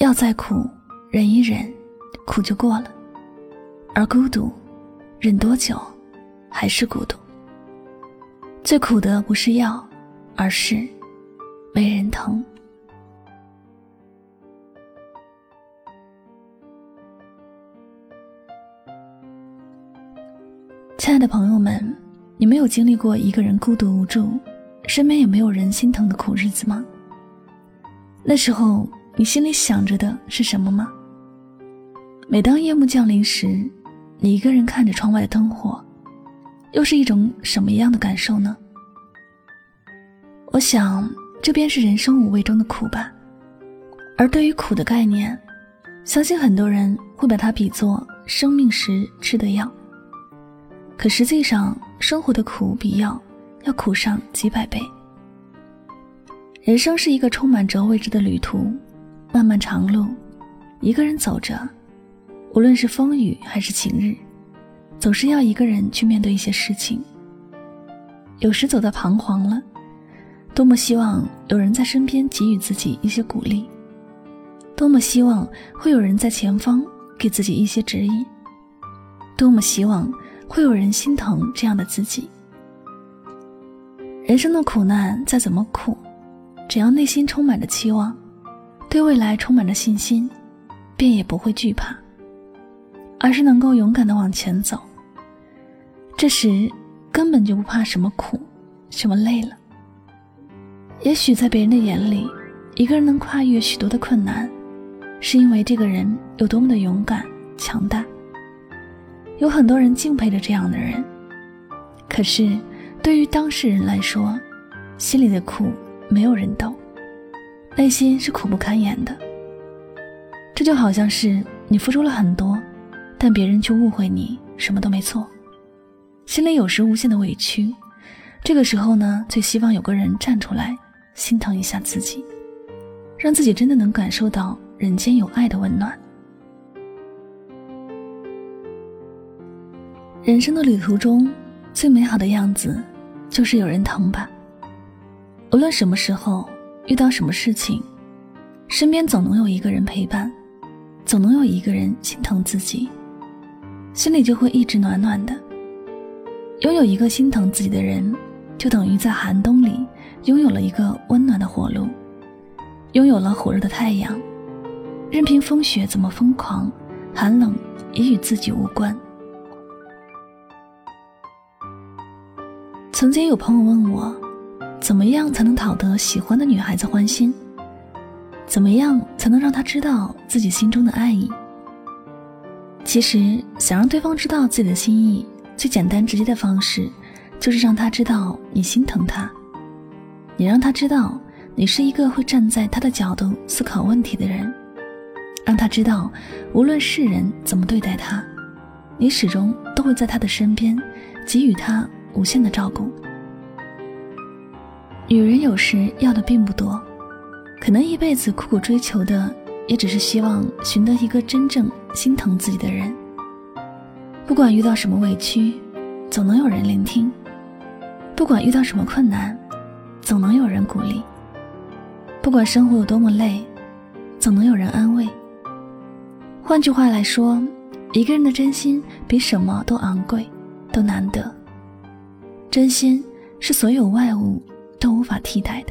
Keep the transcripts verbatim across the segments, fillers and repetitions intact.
药再苦，忍一忍，苦就过了。而孤独，忍多久，还是孤独。最苦的不是药，而是没人疼。亲爱的朋友们，你们有经历过一个人孤独无助，身边也没有人心疼的苦日子吗？那时候你心里想着的是什么吗？每当夜幕降临时，你一个人看着窗外的灯火，又是一种什么样的感受呢？我想这便是人生五味中的苦吧。而对于苦的概念，相信很多人会把它比作生命时吃的药。可实际上，生活的苦比药要苦上几百倍。人生是一个充满着未知的旅途，漫漫长路，一个人走着，无论是风雨还是晴日，总是要一个人去面对一些事情。有时走到彷徨了，多么希望有人在身边给予自己一些鼓励，多么希望会有人在前方给自己一些指引，多么希望会有人心疼这样的自己。人生的苦难再怎么苦，只要内心充满着期望，对未来充满着信心，便也不会惧怕，而是能够勇敢地往前走。这时根本就不怕什么苦，什么累了。也许在别人的眼里，一个人能跨越许多的困难，是因为这个人有多么的勇敢强大。有很多人敬佩着这样的人，可是对于当事人来说，心里的苦没有人懂，内心是苦不堪言的。这就好像是你付出了很多，但别人却误会你什么都没错，心里有时无限的委屈。这个时候呢，最希望有个人站出来心疼一下自己，让自己真的能感受到人间有爱的温暖。人生的旅途中，最美好的样子就是有人疼吧。无论什么时候遇到什么事情，身边总能有一个人陪伴，总能有一个人心疼自己，心里就会一直暖暖的。拥有一个心疼自己的人，就等于在寒冬里拥有了一个温暖的火炉，拥有了火热的太阳，任凭风雪怎么疯狂，寒冷也与自己无关。曾经有朋友问我，怎么样才能讨得喜欢的女孩子欢心？怎么样才能让她知道自己心中的爱意？其实想让对方知道自己的心意，最简单直接的方式就是让她知道你心疼她，你让她知道你是一个会站在她的角度思考问题的人，让她知道无论世人怎么对待她，你始终都会在她的身边给予她无限的照顾。女人有时要的并不多，可能一辈子苦苦追求的也只是希望寻得一个真正心疼自己的人。不管遇到什么委屈，总能有人聆听；不管遇到什么困难，总能有人鼓励；不管生活有多么累，总能有人安慰。换句话来说，一个人的真心比什么都昂贵，都难得。真心是所有外物都无法替代的。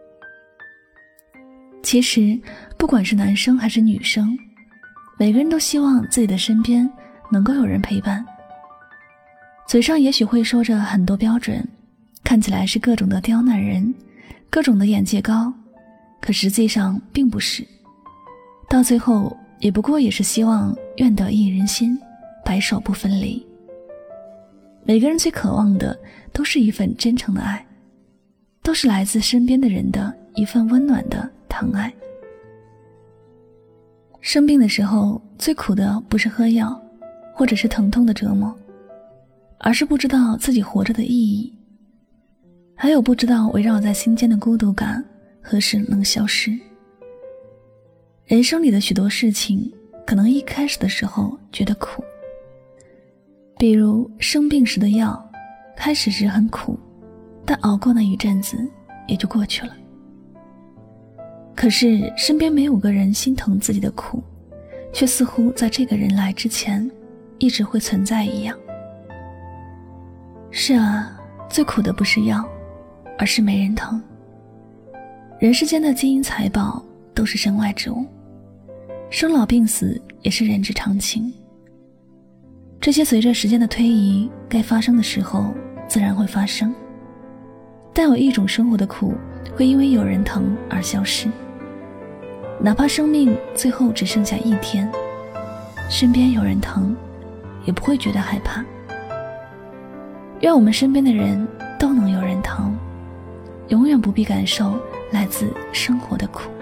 其实不管是男生还是女生，每个人都希望自己的身边能够有人陪伴。嘴上也许会说着很多标准，看起来是各种的刁难人，各种的眼界高，可实际上并不是。到最后也不过也是希望愿得一人心，白首不分离。每个人最渴望的都是一份真诚的爱，都是来自身边的人的一份温暖的疼爱。生病的时候，最苦的不是喝药或者是疼痛的折磨，而是不知道自己活着的意义，还有不知道围绕在心间的孤独感何时能消失。人生里的许多事情，可能一开始的时候觉得苦，比如生病时的药，开始时很苦，但熬过那一阵子也就过去了。 可是身边没有个人心疼自己的苦，却似乎在这个人来之前一直会存在一样。是啊，最苦的不是药，而是没人疼。人世间的金银财宝都是身外之物，生老病死也是人之常情。这些随着时间的推移，该发生的时候自然会发生。但有一种生活的苦会因为有人疼而消失，哪怕生命最后只剩下一天，身边有人疼也不会觉得害怕。愿我们身边的人都能有人疼，永远不必感受来自生活的苦。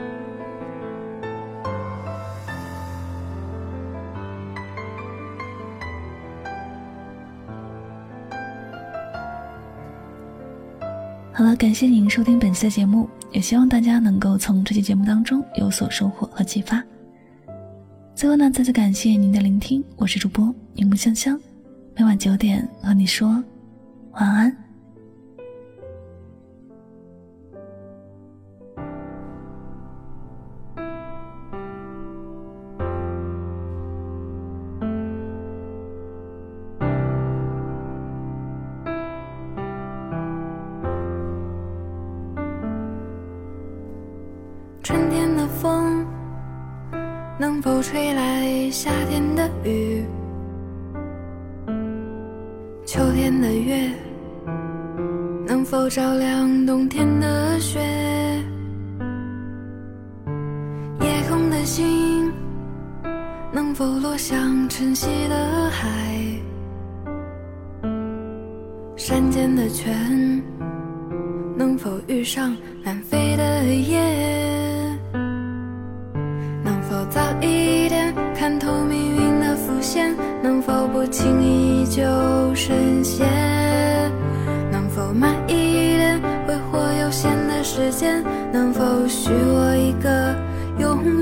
好了，感谢您收听本期的节目，也希望大家能够从这期节目当中有所收获和启发。最后呢，再次感谢您的聆听，我是主播柠檬香香，每晚九点和你说晚安。 春天的风能否吹来夏天的雨？秋天的月能否照亮冬天的雪？夜空的星能否落向晨曦的海？山间的泉能否遇上南飞的雁？早一点看透命运的伏线，能否不轻易就深陷？能否慢一点挥霍有限的时间？能否许我一个永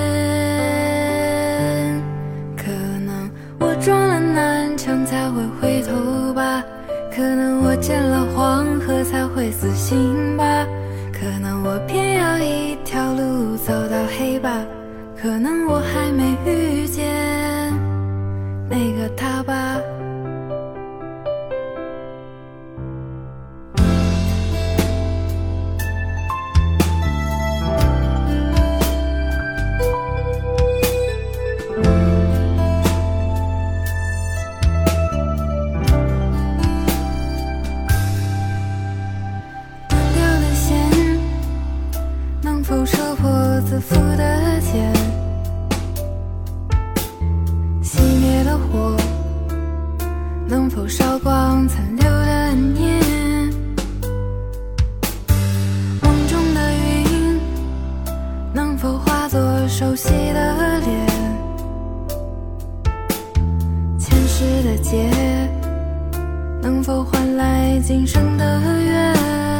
远？可能我撞了南墙才会回头吧，可能我见了黄河才会死心吧，可能我偏要一条路走到黑吧，可能我还没遇见那个他吧。断掉的线能否扯破自负的茧？熄灭的火能否烧光残留的念？梦中的云能否化作熟悉的脸？前世的劫能否换来今生的缘？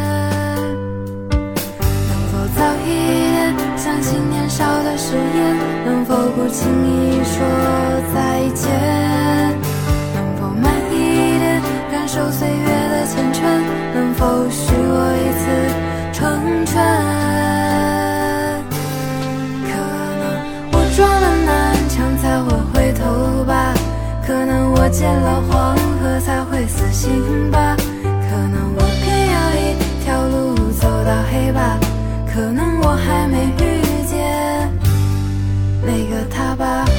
能否早一点相信年少的誓言？能否不轻易说再见？能否慢一点感受岁月的缱绻？能否许我一次成全？可能我撞了南墙才会回头吧，可能我见了黄河才会死心吧，可能我偏要一条路走到黑吧，可能我还没遇见那个他吧。